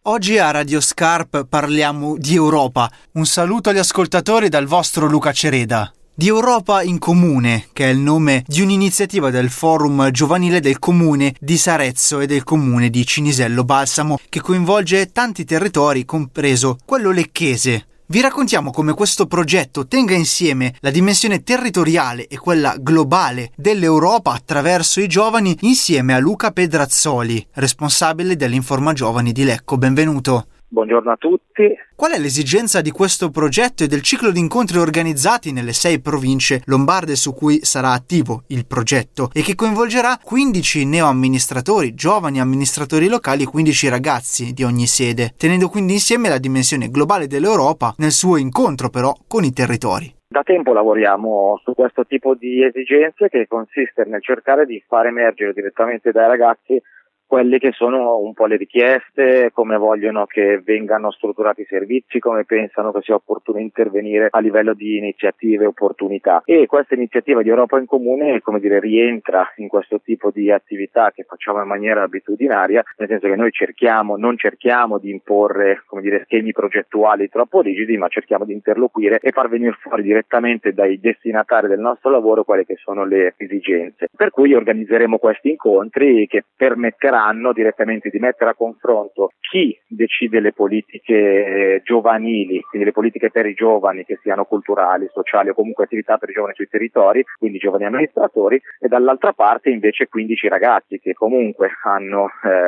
Oggi a Radio Scarp parliamo di Europa. Un saluto agli ascoltatori dal vostro Luca Cereda. Di Europa in Comune, che è il nome di un'iniziativa del Forum Giovanile del Comune di Sarezzo e del Comune di Cinisello Balsamo, che coinvolge tanti territori, compreso quello lecchese. Vi raccontiamo come questo progetto tenga insieme la dimensione territoriale e quella globale dell'Europa attraverso i giovani, insieme a Luca Pedrazzoli, responsabile dell'Informa Giovani di Lecco. Benvenuto. Buongiorno a tutti. Qual è l'esigenza di questo progetto e del ciclo di incontri organizzati nelle 6 province lombarde su cui sarà attivo il progetto e che coinvolgerà 15 neoamministratori, giovani amministratori locali e 15 ragazzi di ogni sede, tenendo quindi insieme la dimensione globale dell'Europa nel suo incontro però con i territori? Da tempo lavoriamo su questo tipo di esigenze, che consiste nel cercare di far emergere direttamente dai ragazzi quelle che sono un po' le richieste, come vogliono che vengano strutturati i servizi, come pensano che sia opportuno intervenire a livello di iniziative e opportunità. E questa iniziativa di Europa in Comune, rientra in questo tipo di attività che facciamo in maniera abitudinaria, nel senso che noi non cerchiamo di imporre, schemi progettuali troppo rigidi, ma cerchiamo di interloquire e far venire fuori direttamente dai destinatari del nostro lavoro quelle che sono le esigenze. Per cui organizzeremo questi incontri che permetteranno direttamente di mettere a confronto chi decide le politiche giovanili, quindi le politiche per i giovani, che siano culturali, sociali o comunque attività per i giovani sui territori, quindi giovani amministratori, e dall'altra parte invece 15 ragazzi che comunque hanno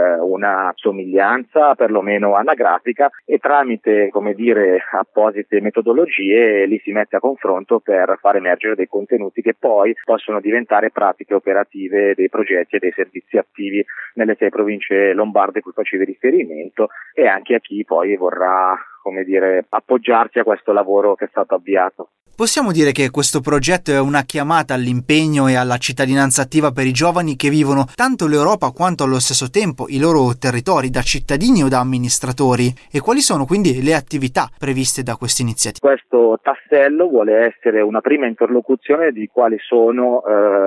una somiglianza perlomeno anagrafica, e tramite apposite metodologie li si mette a confronto per far emergere dei contenuti che poi possono diventare pratiche operative dei progetti e dei servizi attivi nelle 6 province lombarde a cui facevi riferimento, e anche a chi poi vorrà appoggiarsi a questo lavoro che è stato avviato. Possiamo dire che questo progetto è una chiamata all'impegno e alla cittadinanza attiva per i giovani che vivono tanto l'Europa quanto allo stesso tempo i loro territori, da cittadini o da amministratori, e quali sono quindi le attività previste da questa iniziativa? Questo tassello vuole essere una prima interlocuzione di quali sono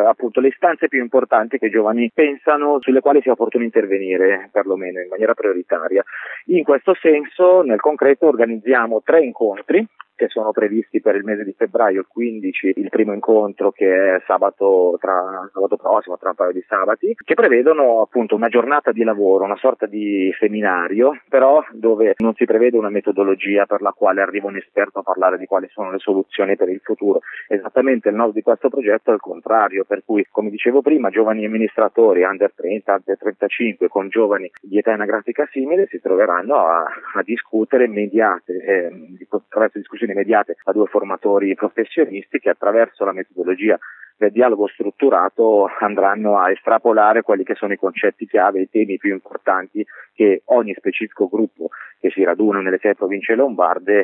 le istanze più importanti che i giovani pensano, sulle quali sia opportuno intervenire, perlomeno in maniera prioritaria. In questo senso, nel concreto, organizziamo 3 incontri che sono previsti per il mese di febbraio, il 15, il primo incontro che è sabato prossimo, tra un paio di sabati, che prevedono appunto una giornata di lavoro, una sorta di seminario, però dove non si prevede una metodologia per la quale arriva un esperto a parlare di quali sono le soluzioni per il futuro. Esattamente il nodo di questo progetto è il contrario, per cui, come dicevo prima, giovani amministratori under 30, under 35 con giovani di età anagrafica simile si troveranno a discutere attraverso discussioni immediate a 2 formatori professionisti che attraverso la metodologia del dialogo strutturato andranno a estrapolare quelli che sono i concetti chiave, i temi più importanti che ogni specifico gruppo che si raduna nelle 6 province lombarde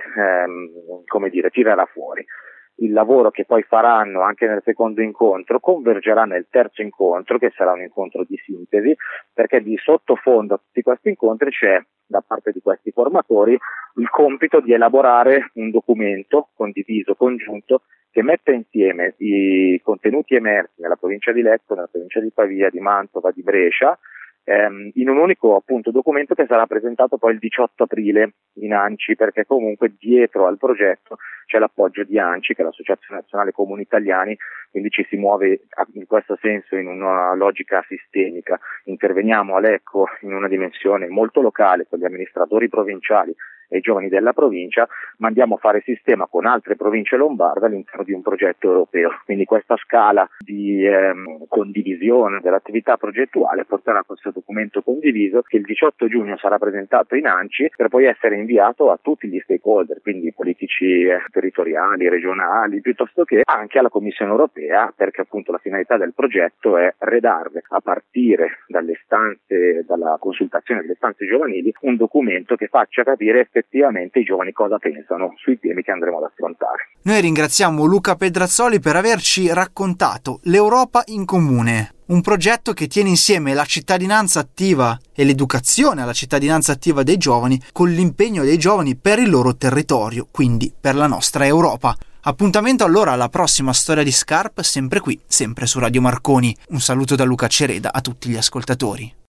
tirerà fuori. Il lavoro che poi faranno anche nel secondo incontro convergerà nel terzo incontro, che sarà un incontro di sintesi, perché di sottofondo a tutti questi incontri c'è, da parte di questi formatori, il compito di elaborare un documento condiviso, congiunto, che metta insieme i contenuti emersi nella provincia di Lecco, nella provincia di Pavia, di Mantova, di Brescia, in un unico documento che sarà presentato poi il 18 aprile in ANCI, perché comunque dietro al progetto c'è l'appoggio di ANCI, che è l'Associazione Nazionale Comuni Italiani, quindi ci si muove in questo senso in una logica sistemica. Interveniamo a Lecco in una dimensione molto locale con gli amministratori provinciali e i giovani della provincia, ma andiamo a fare sistema con altre province lombarde all'interno di un progetto europeo. Quindi questa scala di condivisione dell'attività progettuale porterà a questo documento condiviso che il 18 giugno sarà presentato in ANCI per poi essere inviato a tutti gli stakeholder, quindi politici territoriali, regionali, piuttosto che anche alla Commissione europea, perché appunto la finalità del progetto è redarle a partire dalla consultazione delle stanze giovanili un documento che faccia capire effettivamente i giovani cosa pensano sui temi che andremo ad affrontare. Noi ringraziamo Luca Pedrazzoli per averci raccontato l'Europa in Comune, un progetto che tiene insieme la cittadinanza attiva e l'educazione alla cittadinanza attiva dei giovani con l'impegno dei giovani per il loro territorio, quindi per la nostra Europa. Appuntamento allora alla prossima storia di Scarp, sempre qui, sempre su Radio Marconi. Un saluto da Luca Cereda a tutti gli ascoltatori.